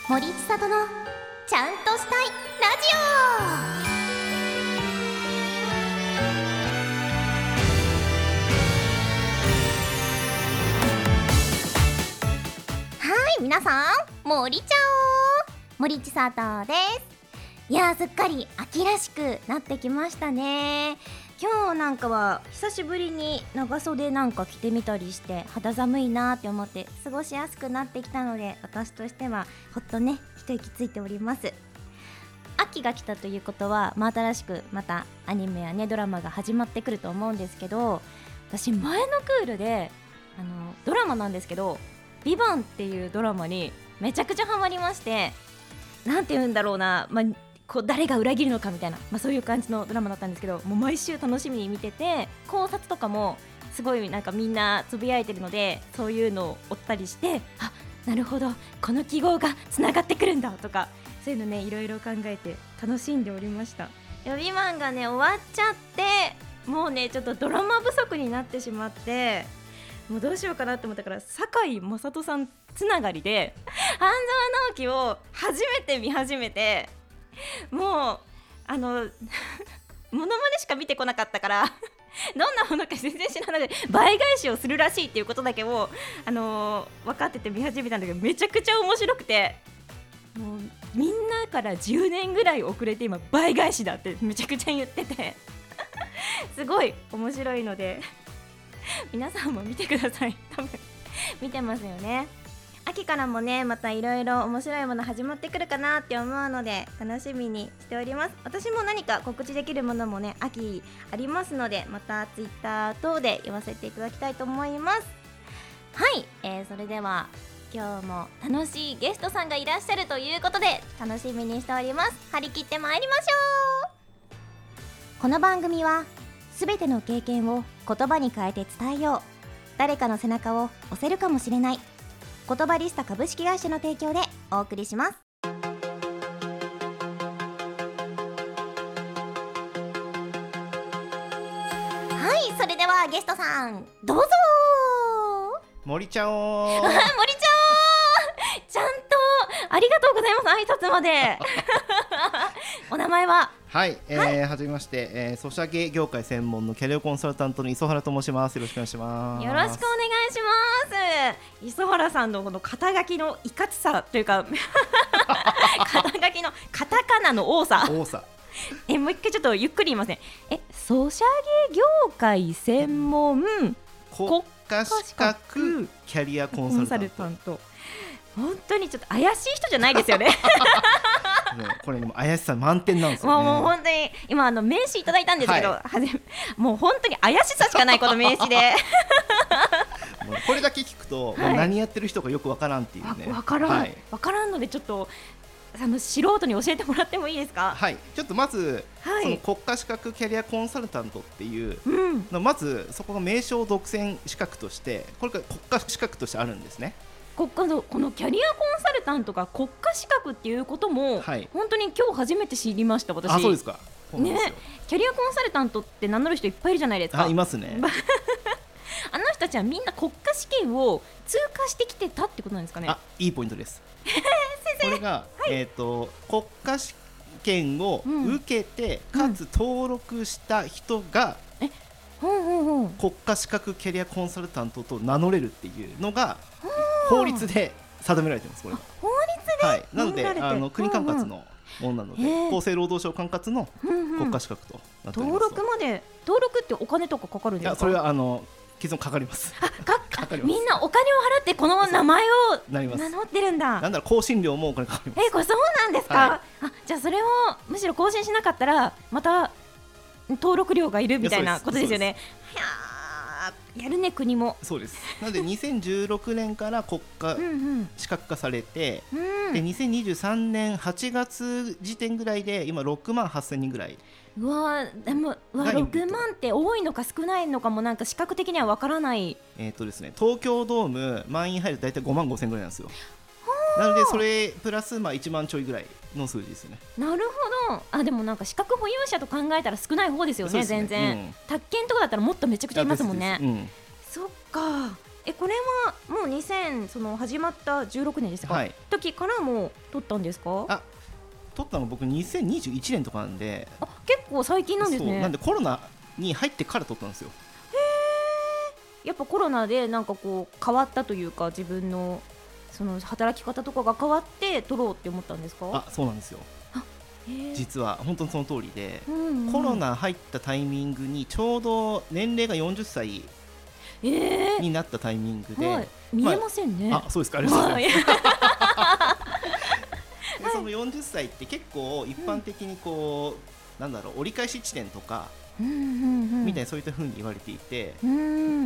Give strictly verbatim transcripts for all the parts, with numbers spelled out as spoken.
森千里のちゃんとしたいラジオ。はい、皆さん、森ちゃお森千里です。いやー、すっかり秋らしくなってきましたね。今日なんかは久しぶりに長袖なんか着てみたりして肌寒いなーって思って過ごしやすくなってきたので、私としてはほっとね一息ついております。秋が来たということは、まあ、新しくまたアニメやねドラマが始まってくると思うんですけど、私前のクールであのドラマなんですけどビバンっていうドラマにめちゃくちゃハマりまして、なんて言うんだろうな、まあこう誰が裏切るのかみたいな、まあ、そういう感じのドラマだったんですけど、もう毎週楽しみに見てて、考察とかもすごいなんかみんなつぶやいてるので、そういうのを追ったりして、あ、なるほどこの記号がつながってくるんだとか、そういうのねいろいろ考えて楽しんでおりました。ビバンがね終わっちゃって、もうねちょっとドラマ不足になってしまって、もうどうしようかなって思ったから、堺雅人さんつながりで半沢直樹を初めて見始めて、もうあのモノマネしか見てこなかったからどんなものか全然知らないで倍返しをするらしいっていうことだけを、あのー、分かってて見始めたんだけど、めちゃくちゃ面白くて、もうみんなからじゅうねんぐらい遅れて今倍返しだってめちゃくちゃ言っててすごい面白いので皆さんも見てください。多分見てますよね。秋からもねまたいろいろ面白いもの始まってくるかなって思うので楽しみにしております。私も何か告知できるものもね秋ありますので、またツイッター等で言わせていただきたいと思います。はい、えー、それでは今日も楽しいゲストさんがいらっしゃるということで楽しみにしております。張り切ってまいりましょう。この番組はすべての経験を言葉に変えて伝えよう、誰かの背中を押せるかもしれない、言葉リスタ株式会社の提供でお送りします。はい、それではゲストさんどうぞ。 森ちゃお森ちゃおちゃんとありがとうございます。挨拶までお名前は？ はい、えーはい、はじめまして、えー、ソシャゲ業界専門のキャリアコンサルタントの磯原と申します。よろしくお願いします。 よろしくお願いします。磯原さんのこの肩書きのいかつさというか肩書きのカタカナの多さ多さえもう一回ちょっとゆっくり言いますね。えソシャゲ業界専門国家資格キャリアコンサルタント。 本当にちょっと怪しい人じゃないですよねこれも怪しさ満点なんですよね。 もう本当に今あの名刺いただいたんですけど、はい、はじもう本当に怪しさしかないこの名刺でもうこれだけ聞くと、はい、もう何やってる人かよくわからんっていうね。 わからん、はい、わからんのでちょっとあの素人に教えてもらってもいいですか？ はい、ちょっとまず、はい、その国家資格キャリアコンサルタントっていうの、うん、まずそこが名称独占資格としてこれが国家資格としてあるんですね。 国家のこのキャリアコンサルタントが国家資格っていうことも、はい、本当に今日初めて知りました。私あ、そうですか。そうなんですよ。 ね、キャリアコンサルタントって名乗る人いっぱいいるじゃないですか。 あ、いますねあの人たちはみんな国家試験を通過してきてたってことなんですかね。 あ、いいポイントです先生、 これが、はい、えーと、国家試験を受けて、うん、かつ登録した人が、うん、えほうほうほう国家資格キャリアコンサルタントと名乗れるっていうのが法律で定められています。これ法律で、 はい、なのであの国管轄のものなので、うんうん、厚生労働省管轄の国家資格となっております。 登録まで登録ってお金とかかかるんですか？ いや、それはあの既存かかります。 あかかかります。みんなお金を払ってこの名前を名乗ってるんだ。 なんだろう、更新料もお金かかります。 え、これそうなんですか？はい、あ、じゃあそれをむしろ更新しなかったらまた登録料がいるみたいなことですよね。いややるね、国も。 そうです。なのでにせんじゅうろくねんから国家資格化されてうん、うん、でにせんにじゅうさんねんはちがつ時点ぐらいで今ろくまんはっせんにんぐらい。 うわでもうわろくまんって多いのか少ないのかもなんか視覚的にはわからない。 えーとですね、東京ドーム満員入ると大体ごまんごせんぐらいなんですよ。なのでそれプラスまあいちまんちょいぐらいの数字ですよね。 なるほど。あ、でもなんか資格保有者と考えたら少ない方ですよ ね, ね全然、うん、宅建とかだったらもっとめちゃくちゃいますもんね、うん、そっか。 えこれはもうにせんその始まったじゅうろくねんですか、 はい、 時からもう取ったんですか？あ、 取ったの僕にせんにじゅういちねんとかなんで、 あ結構最近なんですね。 そうなんでコロナに入ってから取ったんですよ。 へー、やっぱコロナでなんかこう変わったというか、自分のその働き方とかが変わって取ろうって思ったんですか？ あ、そうなんですよ。実は本当にその通りで、 うんうん、 コロナ入ったタイミングにちょうど年齢がよんじゅっさいになったタイミングで、 えーはい、見えませんね、 まあ、あ、そうですか、ありがとうございます、はい、でそのよんじゅっさいって結構一般的にこう、うん、なんだろう、折り返し地点とか、うんうんうん、みたいなそういった風に言われていて、うん、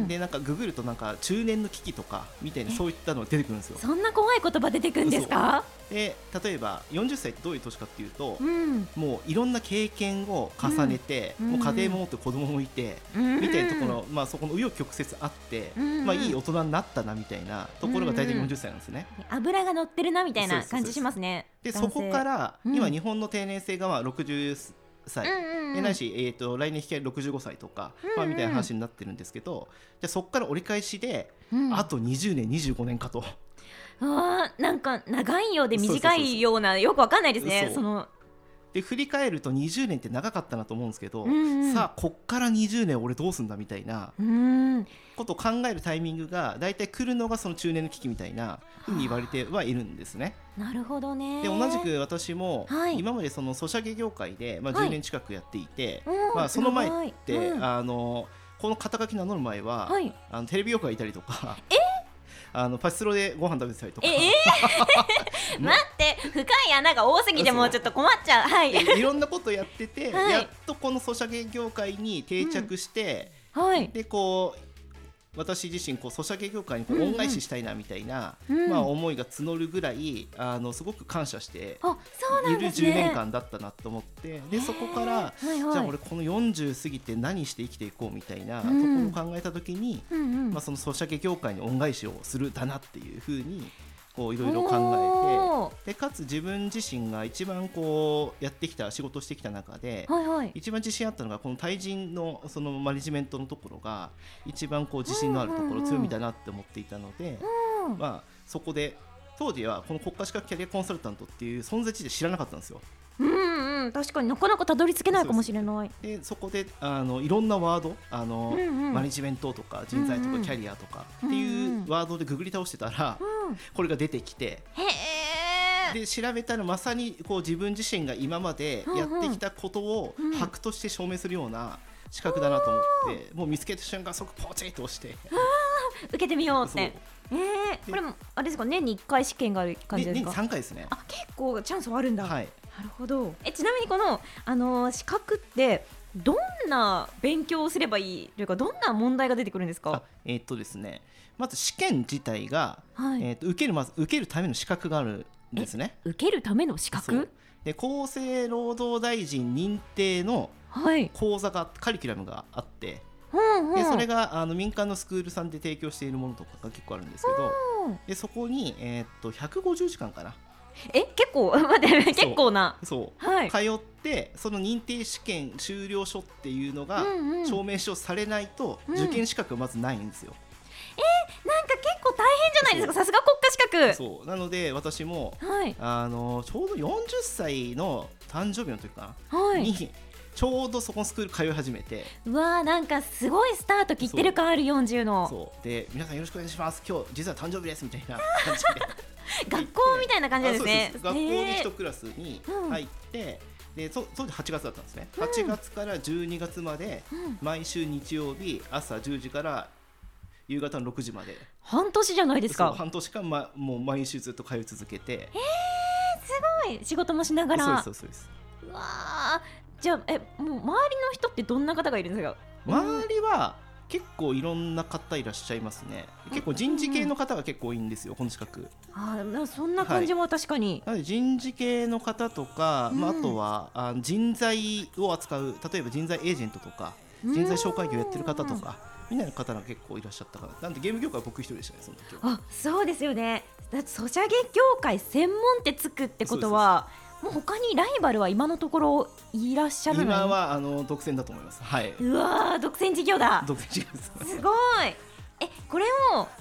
でなんかググるとなんか中年の危機とかみたいなそういったのが出てくるんですよ。 そんな怖い言葉出てくるんですか？ で例えばよんじゅっさいってどういう年かっていうと、うん、もういろんな経験を重ねて、うん、もう家庭も持って子供もいて、うん、みたいなところ、まあ、そこの紆余曲折あって、うん、まあ、いい大人になったなみたいなところが大体よんじゅっさいなんですね、 うん、油が乗ってるなみたいな感じしますね。 でそこから、うん、今日本の定年制がまあろくじゅっさい、うんうんうん、ないし、えー、と来年引き換えろくじゅうごさいとか、うんうん、まあ、みたいな話になってるんですけど、じゃそこから折り返しで、うん、あとにじゅうねんにじゅうごねんかと。 あー、なんか長いようで短いような、よくわかんないですね。そので振り返るとにじゅうねんって長かったなと思うんですけど、うんうん、さあこっからにじゅうねん俺どうすんだみたいなことを考えるタイミングがだいたい来るのがその中年の危機みたいなふうに言われてはいるんですね。 なるほどね。 で同じく私も今までそのソシャゲ業界でまあじゅうねん近くやっていて、はい、まあ、その前って、うん、あのこの肩書き名乗る前は、はい、あのテレビ業界いたりとか、えあのパチスロでご飯食べてたりとか、 えー、待って深い穴が多すぎてもうちょっと困っちゃう、はい、 いろんなことやってて、はい、やっとこのソシャゲ業界に定着して、うんはい、でこう私自身こうソシャゲ業界にこう恩返ししたいなみたいな、うんうん、まあ、思いが募るぐらいあのすごく感謝しているじゅうねんかんだったなと思って、でそこから、はいはい、じゃあ俺このよんじゅう過ぎて何して生きていこうみたいなところを考えた時に、うんうんうん、まあ、そのソシャゲ業界に恩返しをするだなっていうふうにこういろいろ考えて、でかつ自分自身が一番こうやってきた仕事してきた中で、はいはい、一番自信あったのがこの対人のそのマネジメントのところが一番こう自信のあるところ、うんうんうん、強みだなって思っていたので、うん、まあ、そこで当時はこの国家資格キャリアコンサルタントっていう存在自体知らなかったんですよ。 うんうん、確かになかなかたどり着けないかもしれない。 でそこであのいろんなワードあの、うんうん、マネジメントとか人材とかキャリアとかっていうワードでググり倒してたら、うんうん、これが出てきて、へーで調べたらまさにこう自分自身が今までやってきたことを箔として証明するような資格だなと思って、うん、もう見つけた瞬間即ポチッと押して受けてみようって。えー、これもあれですか、年にいっかい試験がある感じですか？ 年にさんかいですね。 あ、結構チャンスはあるんだ。 はい、 なるほど。えちなみにこの、あのー、資格ってどんな勉強をすればいいというか、どんな問題が出てくるんですか？ えーっとですね、まず試験自体が、はい、えーっと受けるまず受けるための資格があるんですね。 受けるための資格で、厚生労働大臣認定の講座が、はい、カリキュラムがあって、うんうん、でそれがあの民間のスクールさんで提供しているものとかが結構あるんですけど、うん、でそこに、えーっとひゃくごじゅうじかんかな、 え結構待って結構なそう、はい、通ってその認定試験終了書っていうのが証明書されないと受験資格がまずないんですよ、うんうん、 えー、なんか結構大変じゃないですか。さすが国家資格。 そうなので私も、はい、あのちょうどよんじゅっさいの誕生日の時かな、はい、にちょうどそこのスクール通い始めて、 うわーなんかすごいスタート切ってる感あるよんじゅうの。 そうで、皆さんよろしくお願いします、今日実は誕生日ですみたいな感じで学校みたいな感じですね。 そうそうそう、学校で一クラスに入って、うん、でそ当時はちがつだったんですね、うん、はちがつからじゅうにがつまで、うん、毎週日曜日朝じゅうじから夕方のろくじまで半年じゃないですか。 半年間、ま、もう毎週ずっと通い続けて、 えー、すごい仕事もしながら。 そうですそうですそうです。 うわじゃあえもう周りの人ってどんな方がいるんですか？ 周りは結構いろんな方いらっしゃいますね。結構人事系の方が結構多いんですよ、この資格。 ああ、そんな感じも確かに、 はい、人事系の方とか、うん、まあ、あとはあ人材を扱う、例えば人材エージェントとか人材紹介業やってる方とかみたいな方が結構いらっしゃったから、なんでゲーム業界は僕一人でしたね、その時は。 あ、そうですよね。だってソシャゲ業界専門ってつくってことはもう他にライバルは今のところいらっしゃるの？ 今はあの独占だと思います。はい。 うわー、独占事業だ。 独占事業です。 すごい。えこれを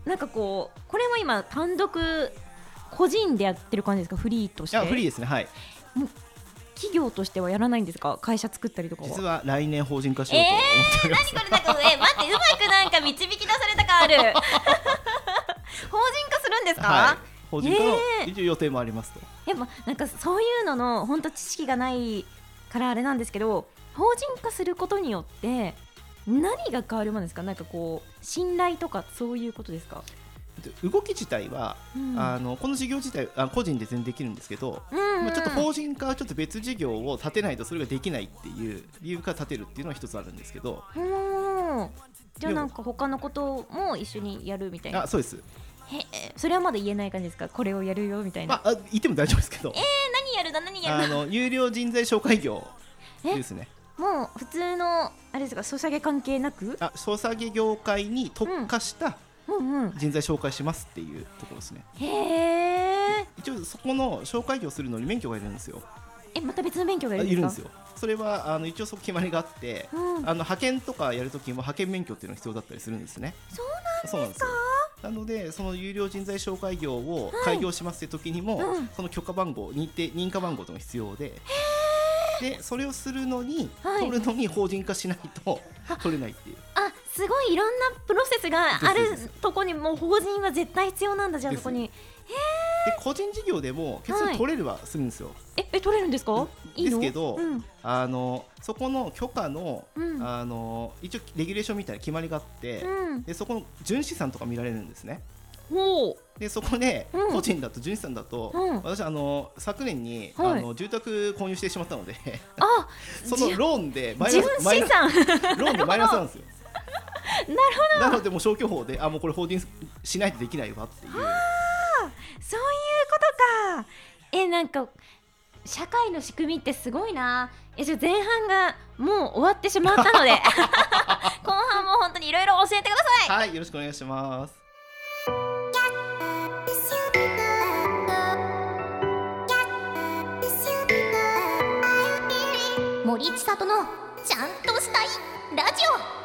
なんかこうこれも今単独個人でやってる感じですか？フリーとして。 あフリーですね。はい。 もう企業としてはやらないんですか？会社作ったりとかは。 実は来年法人化しようと思っております。 えー、何これなんかえ待ってうまくなんか導き出された感ある法人化するんですか？ はい、法人化の一応予定もありますと、 えー、やっぱなんかそういうのの本当知識がないからあれなんですけど、法人化することによって何が変わるものですか？なんかこう信頼とかそういうことですか？ 動き自体は、うん、あのこの事業自体あ個人で全然できるんですけど、うんうん、まあ、ちょっと法人化はちょっと別事業を立てないとそれができないっていう理由から立てるっていうのは一つあるんですけど、 うん、じゃあなんか他のことも一緒にやるみたいな。 あそうです。 へそれはまだ言えない感じですか？これをやるよみたいな。 まあ、言っても大丈夫ですけど、 えー、何やるだ何やるだあの有料人材紹介業ですね。 もう普通のあれですか、ソシャゲ関係なく、 あソシャゲ業界に特化した、うんうんうん、 人材紹介しますっていうところですね。 へー。 一応そこの紹介業するのに免許がいるんですよ。 えまた別の免許がいるんですか？いるんですよ。それはあの一応そこ決まりがあって、うん、あの派遣とかやるときも派遣免許っていうのが必要だったりするんですね。 そうなんですか？ なのでその有料人材紹介業を開業しますって時にも、はい、うん、その許可番号認定認可番号というのが必要で、でそれをするのに、はい、取るのに法人化しないと取れないっていう。 あすごいいろんなプロセスがあるとこにもう法人は絶対必要なんだ。じゃあそこに。へで個人事業でも結局取れるはするんですよ。はい、 ええ取れるんですか？いいの？ ですけど、 うん、 あのそこの許可の、うん、あの一応レギュレーションみたいな決まりがあって、うん、でそこの純資産とか見られるんですね。でそこで個人だと純資産だと、うん、私あの昨年に、はい、あの住宅購入してしまったのであそのローンでマイナスマイナスローンでマイナスなんですよ。 なるほど。 なのでもう消去法であもうこれ法人しないとできないわっていう。あそういうことか。えなんか社会の仕組みってすごいな。えじゃあ前半がもう終わってしまったので後半も本当にいろいろ教えてください。 はいよろしくお願いします。 森千里のちゃんとしたいラジオ。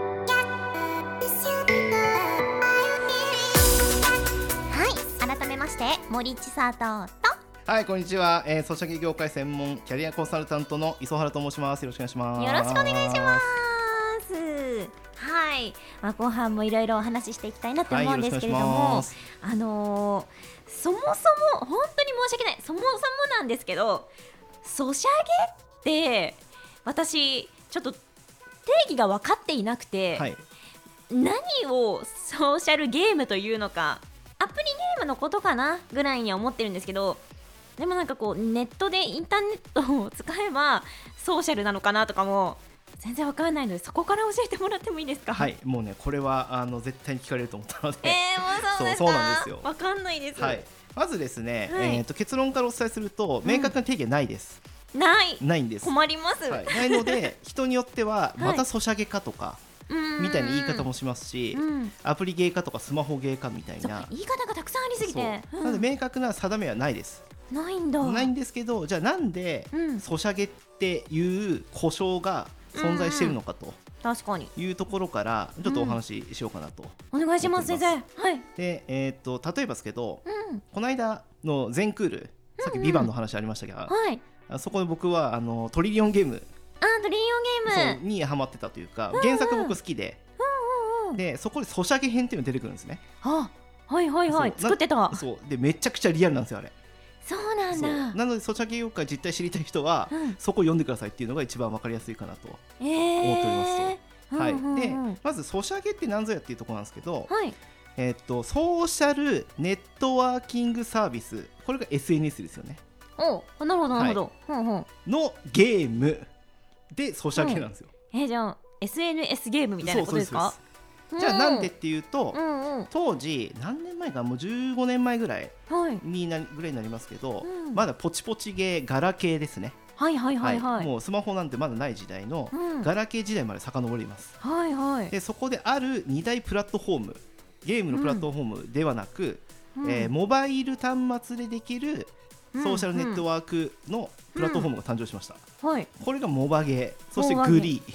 森千里とはいこんにちは、えー、ソシャゲ業界専門キャリアコンサルタントの磯原と申します。よろしくお願いします。 よろしくお願いします。はい、まあ、後半もいろいろお話ししていきたいなと思うんですけれども、はい、あのー、そもそも本当に申し訳ないそもそもなんですけどソシャゲって私ちょっと定義が分かっていなくて、はい、何をソーシャルゲームというのかアプリゲームのことかなぐらいには思ってるんですけど、でもなんかこうネットでインターネットを使えばソーシャルなのかなとかも全然わからないのでそこから教えてもらってもいいですか？ はいもうねこれはあの絶対に聞かれると思ったのでえー、もうそうですか？ そう、そうなんですよ。 わかんないです、 はい、まずですね、はい、えー、と結論からお伝えすると、うん、明確な定義はないです。 ないないんです。 困ります、 はい、ないので人によってはまたソシャゲかとか、はいみたいな言い方もしますし、うん、アプリゲー化とかスマホゲー化みたいな言い方がたくさんありすぎて、 うん、なので明確な定めはないです。 ないんだ。 ないんですけどじゃあなんで、うん、ソシャゲっていう呼称が存在しているのかと、うん、 確かにいうところからちょっとお話ししようかなと、 うん、お願いします先生。はい。 で、えー、と例えばですけど、うん、この間の全クールさっきビバンの話ありましたけど、うんうんはい、あそこで僕はあのトリリオンゲームあトリリオンゲームにハマってたというか、うんうん、原作僕好きで、うんうんうん、でそこでソシャゲ編っていうのが出てくるんですね。 はあ、はいはいはい作ってた。 そうでめちゃくちゃリアルなんですよあれ。 そうなんだ。 なのでソシャゲ業界実態知りたい人は、うん、そこを読んでくださいっていうのが一番わかりやすいかなと思っておりますと、えーはいうんうんうん、でまずソシャゲって何ぞやっていうところなんですけど、はいえー、っとソーシャルネットワーキングサービスこれが エスエヌエス ですよね。 おなるほどなるほど、はいほんほんのゲームでソシャゲなんですよ、 うん、えー、じゃあ エスエヌエス ゲームみたいなことですか？ じゃあなんでっていうと、うんうん、当時何年前かもうじゅうごねんまえぐらいにな、はい、ぐらいになりますけど、うん、まだポチポチゲーガラケーですね。 はいはいはいはい、はい、 もうスマホなんてまだない時代のガラケー時代まで遡ります、 うん、はいはい。 でそこであるに大プラットフォームゲームのプラットフォームではなく、うんえー、モバイル端末でできるソーシャルネットワークのプラットフォームが誕生しました、うんうんはい、これがモバゲーそしてグリー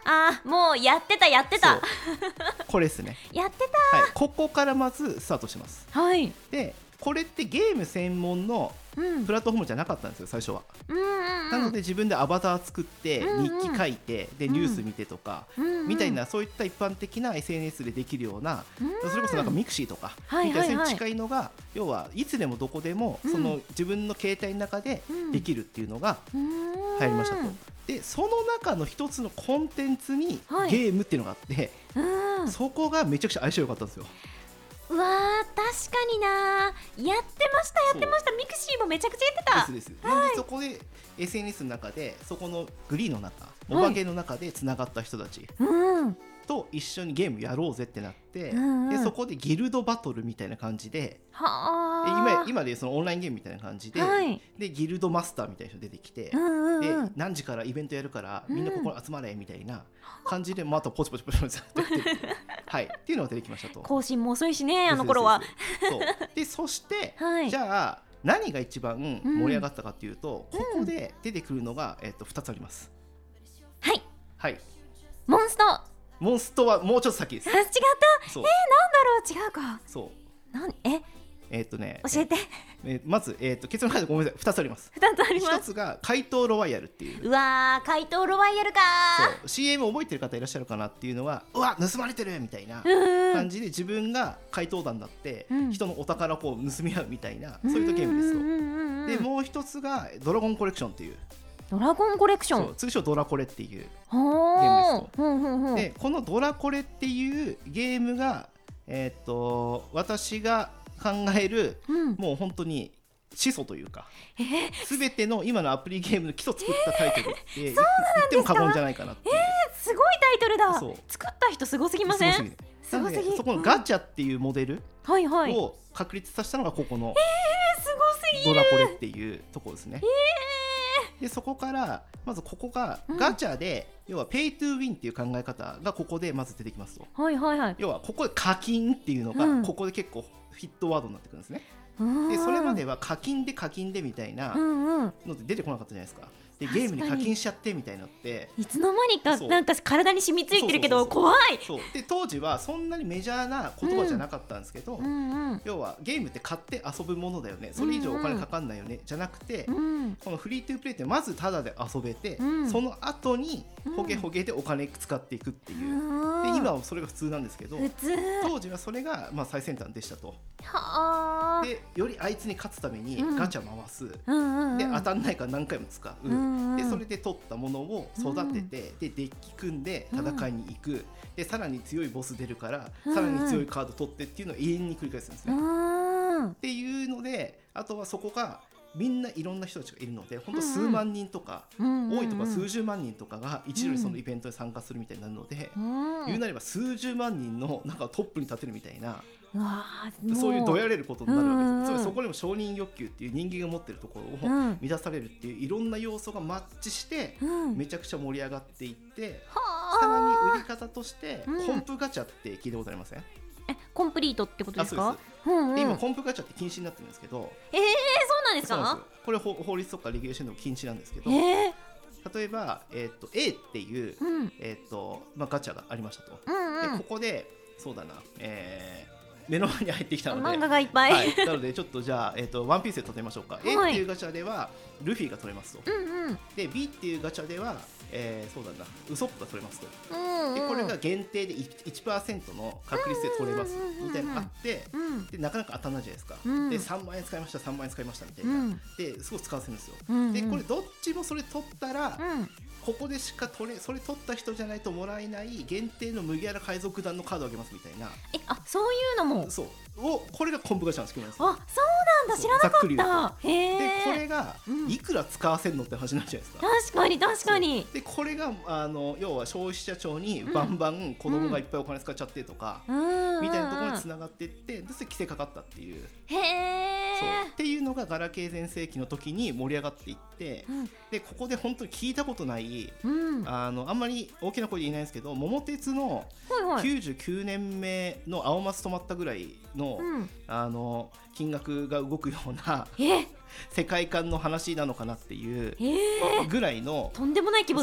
あーもうやってたやってたこれですねやってはい、ここからまずスタートします。 たはいでこれってゲーム専門のうんプラットフォームじゃなかったんですよ最初は。 うんうんうんなので自分でアバター作ってうんうん日記書いてでニュース見てとかうんうんみたいなそういった一般的な エスエヌエス でできるようなうんそれこそなんかミクシーとかはいはいはいみたいな近いのが要はいつでもどこでもうんその自分の携帯の中でできるっていうのがうん流行りましたと。でその中の一つのコンテンツにはいゲームっていうのがあってうんそこがめちゃくちゃ相性良かったんですよ。 うわー確かになやってましたやってましたミクシーもめちゃくちゃやってたですです。なのでそこで エスエヌエス の中でそこのグリーンの中モバゲーの中でつながった人たちうんと一緒にゲームやろうぜってなってうんうんでそこでギルドバトルみたいな感じではあ今今でそのオンラインゲームみたいな感じではいでギルドマスターみたいな人出てきてうんうんでうん何時からイベントやるからみんなここに集まれみたいな感じでまたポチポチポチポチやってってはいっていうのが出てきましたと。 更新も遅いしねあの頃はそうでそしてはいじゃあ何が一番盛り上がったかっていうと、ここで出てくるのが、えっと、ふたつあります。 はいはいモンストあモンストはもうちょっと先です。 違ったえそうー、なんだろう違うかそうなんええっとね教えてえーまず、えー、と結論からごめんなさいふたつあります。 ふたつありまひとすつが怪盗ロワイヤルっていううわー怪盗ロワイヤルかそう シーエム 覚えてる方いらっしゃるかなっていうのはうわ盗まれてるみたいなうん感じで自分が怪盗団になってうん人のお宝をこう盗み合うみたいなそういったゲームですと。 うんうんうんうんでもう一つがドラゴンコレクションっていうドラゴンコレクションそう通称ドラコレっていうほゲームですとほんほんほんでこのドラコレっていうゲームがえっと私が考えるうんもう本当に始祖というかえーすべての今のアプリゲームの基礎を作ったタイトルって言っても過言じゃないかなっていうすごいタイトルだそう作った人すごすぎませんすごすぎるすごすぎなのでそこのガチャっていうモデルはいはいを確立させたのがここのえーすごすぎドラコレっていうところですね。でそこからまずここがガチャで、要はペイトゥーウィンっていう考え方がここでまず出てきますと。 はいはいはい要はここで課金っていうのがうんここで結構ヒットワードになってくるんですね。 うんでそれまでは課金で課金でみたいなうんうんので出てこなかったじゃないですか。でゲームに課金しちゃってみたいなのっていつの間にかそうなんか体に染みついてるけどそうそうそう怖いそうで当時はそんなにメジャーな言葉じゃなかったんですけど、 うんうん要はゲームって買って遊ぶものだよねそれ以上お金かかんないよね、じゃなくて、 うんこのフリートゥープレイってまずタダで遊べて、 うんその後にホゲホゲでお金使っていくっていう、で今はそれが普通なんですけど普通当時はそれがまあ最先端でしたと。 はあでよりあいつに勝つためにうんガチャ回す、 うんうんうんで当たんないから何回も使う、 うんうんでそれで取ったものを育てて、でデッキ組んで戦いに行く、でさらに強いボス出るから、 うんさらに強いカード取ってっていうのを永遠に繰り返すんですね、 うっんていうのであとはそこがみんないろんな人たちがいるので本当数万人とか、 うんうん多いとか数十万人とかが一度にそのイベントに参加するみたいになるので、 うん言うなれば数十万人のなんかトップに立てるみたいなうわーもそういうどやれることになるわけです、 うんうんつまりそこにも承認欲求っていう人間が持ってるところをうん満たされるっていういろんな要素がマッチしてうんめちゃくちゃ盛り上がっていって、 はさらにあ売り方としてうんコンプガチャって聞いたことありません？ えコンプリートってことですかあそうですうんうんで今コンプガチャって禁止になってるんですけど、 えーそうなんですかそうなんですよこれ法法律とかレギュレーションでも禁止なんですけど、 えー例えば、えー、と A っていう、 うんえーとまあ、ガチャがありましたと、 うんうんでここでそうだな、えー目の前に入ってきたので漫画がいっぱい、 はい、なのでちょっとじゃあ、えー、とワンピースで例えましょうか、 い A っていうガチャではルフィが取れますと、 うんうんで B っていうガチャでは、えーそうだなウソップが取れますと、 うんうんでこれが限定で いちパーセント の確率で取れますみたいなのがあって、 うんでなかなか当たらないじゃないですか、 うんでさんまんえん使いましたさんまんえん使いましたみたいな、 うんですごい使わせるんですよ、 うんうんでこれどっちもそれ取ったら、 うんここでしか取れそれ取った人じゃないともらえない限定の麦わら海賊団のカードをあげますみたいな、 えあそういうのもそうをこれがコンプガチャの仕組みなんですよ。 あそうなんだ知らなかざっくり言うとったへでこえれがうんいくら使わせるのって話になるじゃないですか。 確かに確かにでこれがあの要は消費者庁にバンバン子供がいっぱいお金使っちゃってとか、 うんみたいなところにつながっていってでそれ規制かかったっていう、 へえそうっていうのがガラケー全盛期の時に盛り上がっていって、 うんでここで本当に聞いたことないうんあのあんまり大きな声で言えないんですけど桃鉄のはいはいきゅうじゅうきゅうねんめの青マス止まったぐらいの,、 うんあの金額が動くようなえ世界観の話なのかなっていうえーぐらいのとんでもない規模だ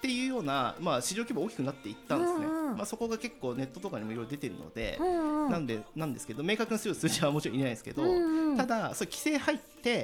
っていうような、まあ、市場規模大きくなっていったんですね、 うんうん、 まあ、そこが結構ネットとかにもいろいろ出てるので、 うんうん、 なんでなんですけど明確な数字はもちろんいないですけど、 うんうん、 ただそれ規制入って、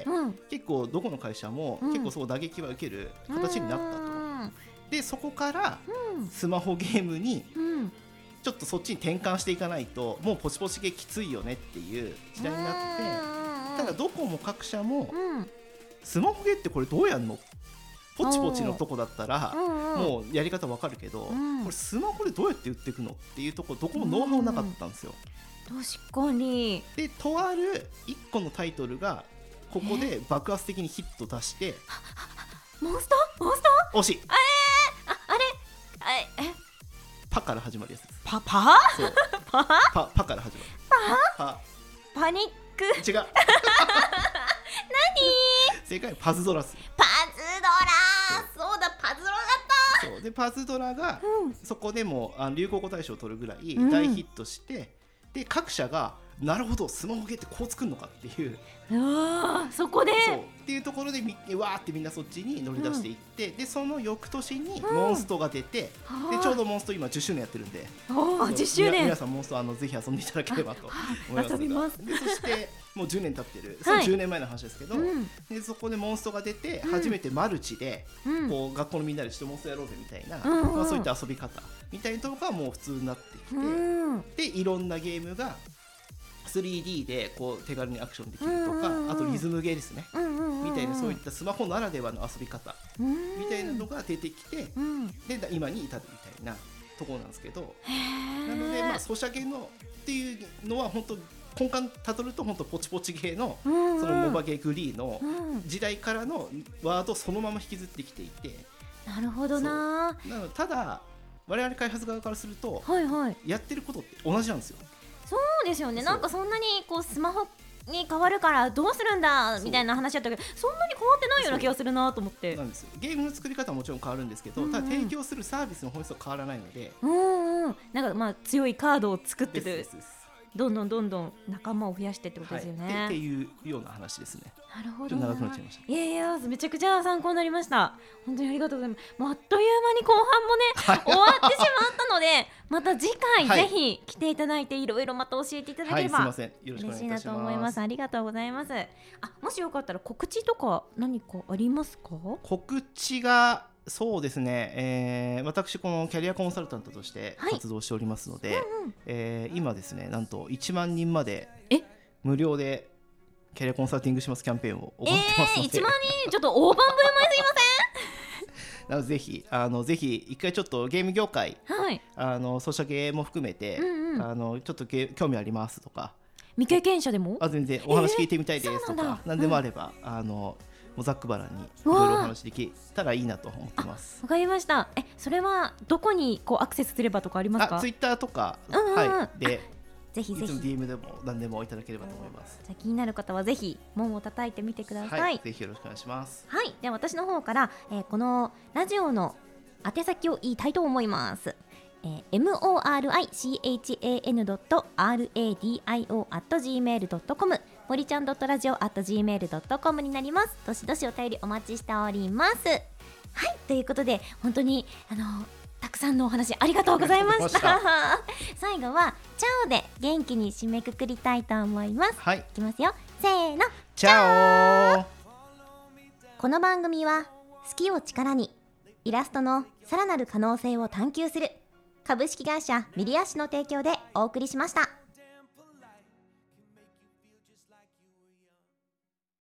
うん、 結構どこの会社も結構そう打撃は受ける形になったと、うんうん、でそこからスマホゲームにちょっとそっちに転換していかないともうポチポチゲーきついよねっていう時代になって、ただどこも各社もスマホゲーってこれどうやんの、ポチポチのとこだったらもうやり方わかるけど、これスマホでどうやって売っていくのっていうところどこもノウハウなかったんですよ。 確かに。 でとあるいっこのタイトルがここで爆発的にヒット出して、 モンストモンスト惜しい、 えー、あ, あれあえパから始まるやつです。 パパそうパパパから始まるパパパニック違う何正解パズドラス。 パズドラ、そうだパズドラだった。 そうでパズドラが、うん、そこでもあの流行語大賞を取るぐらい大ヒットして、うん、で各社がなるほどスマホゲーってこう作るのかっていう、 あそこでそうっていうところでみわーってみんなそっちに乗り出していって、うん、でその翌年にモンストが出て、うん、でちょうどモンスト今じゅっしゅうねんやってるんで、 じゅっしゅうねん皆さんモンストあのぜひ遊んでいただければと思いますが、 遊びます。 でそしてもうじゅうねん経ってる、そのじゅうねんまえの話ですけど、はい、でそこでモンストが出て初めてマルチで、うん、こう学校のみんなでちょっとモンストやろうぜみたいな、うんまあ、そういった遊び方みたいなところがもう普通になってきて、うん、でいろんなゲームがスリーディー でこう手軽にアクションできるとか、うんうんうん、あとリズムゲーですね、うんうんうんうん、みたいなそういったスマホならではの遊び方みたいなのが出てきて、うん、で今に至るみたいなところなんですけど、なのでまあソシャゲのっていうのは本当根幹たどると本当ポチポチゲーの、うんうん、そのモバゲーグリーの時代からのワードをそのまま引きずってきていて、 なるほどな。 なのでただ我々開発側からすると、 はいはい、 やってることって同じなんですよ。 そうですよね。なんかそんなにこうスマホに変わるからどうするんだみたいな話だったけど、そんなに変わってないような気がするなと思って。 なんですよ。ゲームの作り方はもちろん変わるんですけど、うんうん、ただ提供するサービスの本質は変わらないので、 うんうん、なんかまあ強いカードを作ってる、どんどんどんどん仲間を増やしてってことですよね、 はい、っていうような話ですね。 なるほどな。 長くなっちゃいました。 いやいやめちゃくちゃ参考になりました。本当にありがとうございます。もうあっという間に後半もね終わってしまったのでまた次回、はい、ぜひ来ていただいていろいろまた教えていただければ、 はい、すいません、よろしくお願いいたします。嬉しいなと思います。 ありがとうございます。あ、もしよかったら告知とか何かありますか？ 告知がそうですね、えー、私このキャリアコンサルタントとして活動しておりますので、はいうんうんえー、今ですねなんといちまんにんまで無料でキャリアコンサルティングしますキャンペーンを行ってますので、えー、いちまんにんちょっと大盤振る舞いすいませんなのでぜひあのぜひ一回ちょっとゲーム業界、はい、あのソシャゲも含めて、うんうん、あのちょっとゲ興味ありますとか、 未経験者でもあ全然お話聞いてみたいですとか、えー、何でもあれば、うん、あのもうざっくばらんにいろいろお話できたらいいなと思ってます。 わかりました。え、それはどこにこうアクセスすればとかありますか？ あ、ツイッターとか、うんうん、はい、でぜひぜひディーエム でも何でもいただければと思います。 じゃあ気になる方はぜひ門を叩いてみてください。はい、 ぜひよろしくお願いします。 はい、では私の方から、えー、このラジオの宛先を言いたいと思います。えー、エムオーアールアイシーエイチエーエヌドットアールエーディーアイオーアットジーメールドットコム、森ちゃん .radio アットジーメールドットコム になります。どしどしお便りお待ちしております。はい、ということで本当にあのたくさんのお話ありがとうございました最後はチャオで元気に締めくくりたいと思います。はい、いきますよ、せーの、 チャオ。 この番組は好きを力にイラストのさらなる可能性を探求する株式会社ミリアッシュの提供でお送りしました。